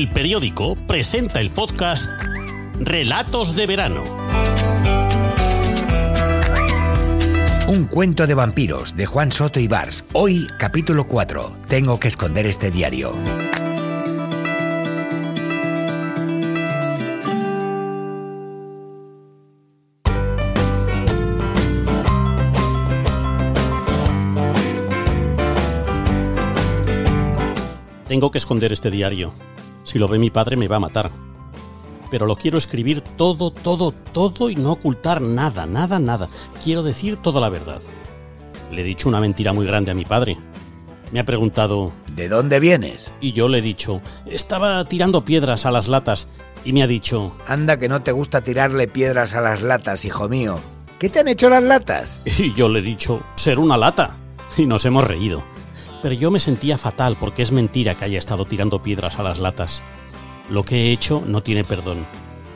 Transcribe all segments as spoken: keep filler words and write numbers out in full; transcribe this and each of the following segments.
El Periódico presenta el podcast Relatos de Verano. Un cuento de vampiros de Juan Soto y Bars. Hoy, capítulo cuatro. Tengo que esconder este diario. Tengo que esconder este diario. Si lo ve mi padre me va a matar. Pero lo quiero escribir todo, todo, todo y no ocultar nada, nada, nada. Quiero decir toda la verdad. Le he dicho una mentira muy grande a mi padre. Me ha preguntado: ¿de dónde vienes? Y yo le he dicho: estaba tirando piedras a las latas. Y me ha dicho: anda que no te gusta tirarle piedras a las latas, hijo mío. ¿Qué te han hecho las latas? Y yo le he dicho: ser una lata. Y nos hemos reído. Pero yo me sentía fatal porque es mentira que haya estado tirando piedras a las latas. Lo que he hecho no tiene perdón.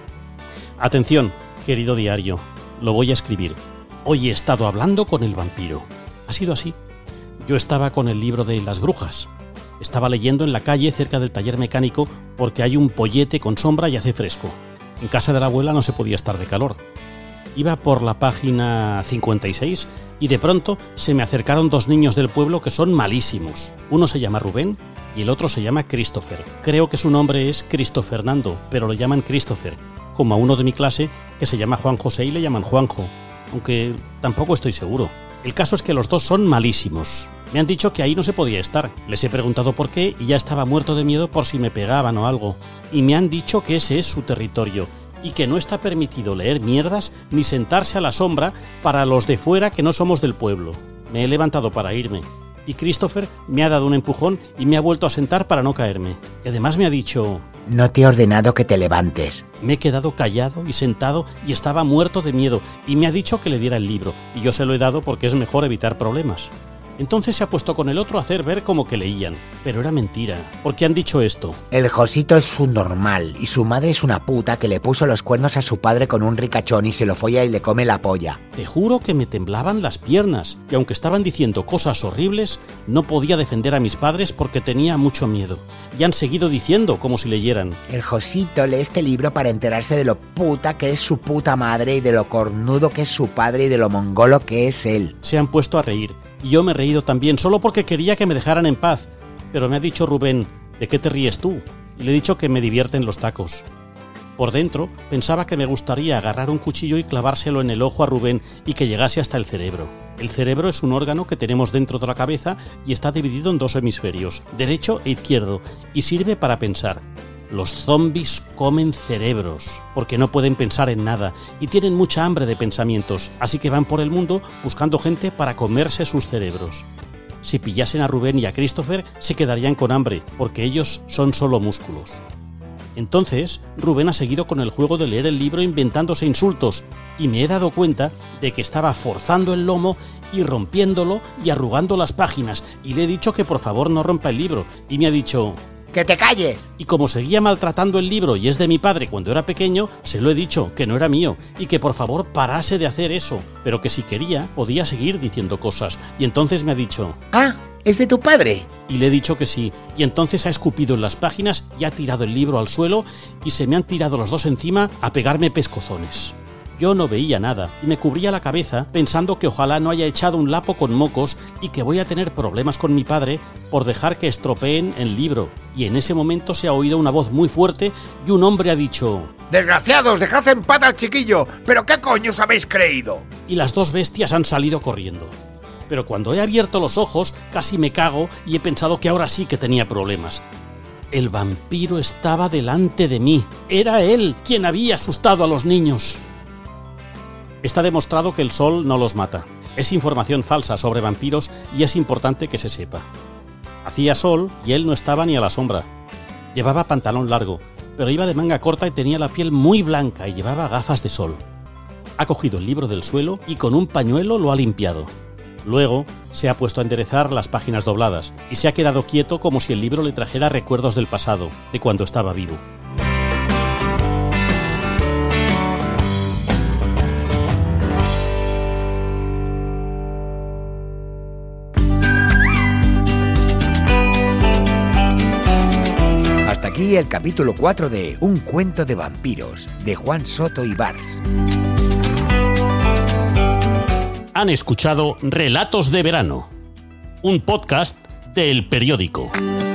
Atención, querido diario, lo voy a escribir. Hoy he estado hablando con el vampiro. Ha sido así. Yo estaba con el libro de las brujas. Estaba leyendo en la calle cerca del taller mecánico porque hay un pollete con sombra y hace fresco. En casa de la abuela no se podía estar de calor. Iba por la página cincuenta y seis y de pronto se me acercaron dos niños del pueblo que son malísimos. Uno se llama Rubén y el otro se llama Christopher. Creo que su nombre es Cristo Fernando, pero lo llaman Christopher, como a uno de mi clase que se llama Juan José y le llaman Juanjo, aunque tampoco estoy seguro. El caso es que los dos son malísimos. Me han dicho que ahí no se podía estar. Les he preguntado por qué y ya estaba muerto de miedo por si me pegaban o algo. Y me han dicho que ese es su territorio y que no está permitido leer mierdas ni sentarse a la sombra para los de fuera que no somos del pueblo. Me he levantado para irme y Christopher me ha dado un empujón y me ha vuelto a sentar para no caerme. Y además me ha dicho: no te he ordenado que te levantes. Me he quedado callado y sentado y estaba muerto de miedo y me ha dicho que le diera el libro y yo se lo he dado porque es mejor evitar problemas. Entonces se ha puesto con el otro a hacer ver como que leían. Pero era mentira. ¿Por qué han dicho esto? El Josito es su normal y su madre es una puta que le puso los cuernos a su padre con un ricachón y se lo folla y le come la polla. Te juro que me temblaban las piernas y aunque estaban diciendo cosas horribles, no podía defender a mis padres porque tenía mucho miedo. Y han seguido diciendo como si leyeran. El Josito lee este libro para enterarse de lo puta que es su puta madre y de lo cornudo que es su padre y de lo mongolo que es él. Se han puesto a reír. Y yo me he reído también, solo porque quería que me dejaran en paz. Pero me ha dicho Rubén: ¿de qué te ríes tú? Y le he dicho que me divierten los tacos. Por dentro, pensaba que me gustaría agarrar un cuchillo y clavárselo en el ojo a Rubén y que llegase hasta el cerebro. El cerebro es un órgano que tenemos dentro de la cabeza y está dividido en dos hemisferios, derecho e izquierdo, y sirve para pensar. Los zombies comen cerebros, porque no pueden pensar en nada y tienen mucha hambre de pensamientos, así que van por el mundo buscando gente para comerse sus cerebros. Si pillasen a Rubén y a Christopher, se quedarían con hambre, porque ellos son solo músculos. Entonces, Rubén ha seguido con el juego de leer el libro inventándose insultos, y me he dado cuenta de que estaba forzando el lomo y rompiéndolo y arrugando las páginas, y le he dicho que por favor no rompa el libro, y me ha dicho: ¡que te calles! Y como seguía maltratando el libro y es de mi padre cuando era pequeño, se lo he dicho, que no era mío, y que por favor parase de hacer eso, pero que si quería podía seguir diciendo cosas. Y entonces me ha dicho: ¡ah! ¿Es de tu padre? Y le he dicho que sí, y entonces ha escupido en las páginas y ha tirado el libro al suelo y se me han tirado los dos encima a pegarme pescozones. Yo no veía nada y me cubría la cabeza pensando que ojalá no haya echado un lapo con mocos y que voy a tener problemas con mi padre por dejar que estropeen el libro. Y en ese momento se ha oído una voz muy fuerte y un hombre ha dicho: ¡desgraciados, dejad en paz al chiquillo! ¿Pero qué coño os habéis creído? Y las dos bestias han salido corriendo. Pero cuando he abierto los ojos casi me cago y he pensado que ahora sí que tenía problemas. El vampiro estaba delante de mí. Era él quien había asustado a los niños. Está demostrado que el sol no los mata. Es información falsa sobre vampiros y es importante que se sepa. Hacía sol y él no estaba ni a la sombra. Llevaba pantalón largo, pero iba de manga corta y tenía la piel muy blanca y llevaba gafas de sol. Ha cogido el libro del suelo y con un pañuelo lo ha limpiado. Luego se ha puesto a enderezar las páginas dobladas y se ha quedado quieto como si el libro le trajera recuerdos del pasado, de cuando estaba vivo. aquí el capítulo cuatro de Un cuento de vampiros, de Juan Soto y Bars. Han escuchado Relatos de Verano, un podcast del Periódico.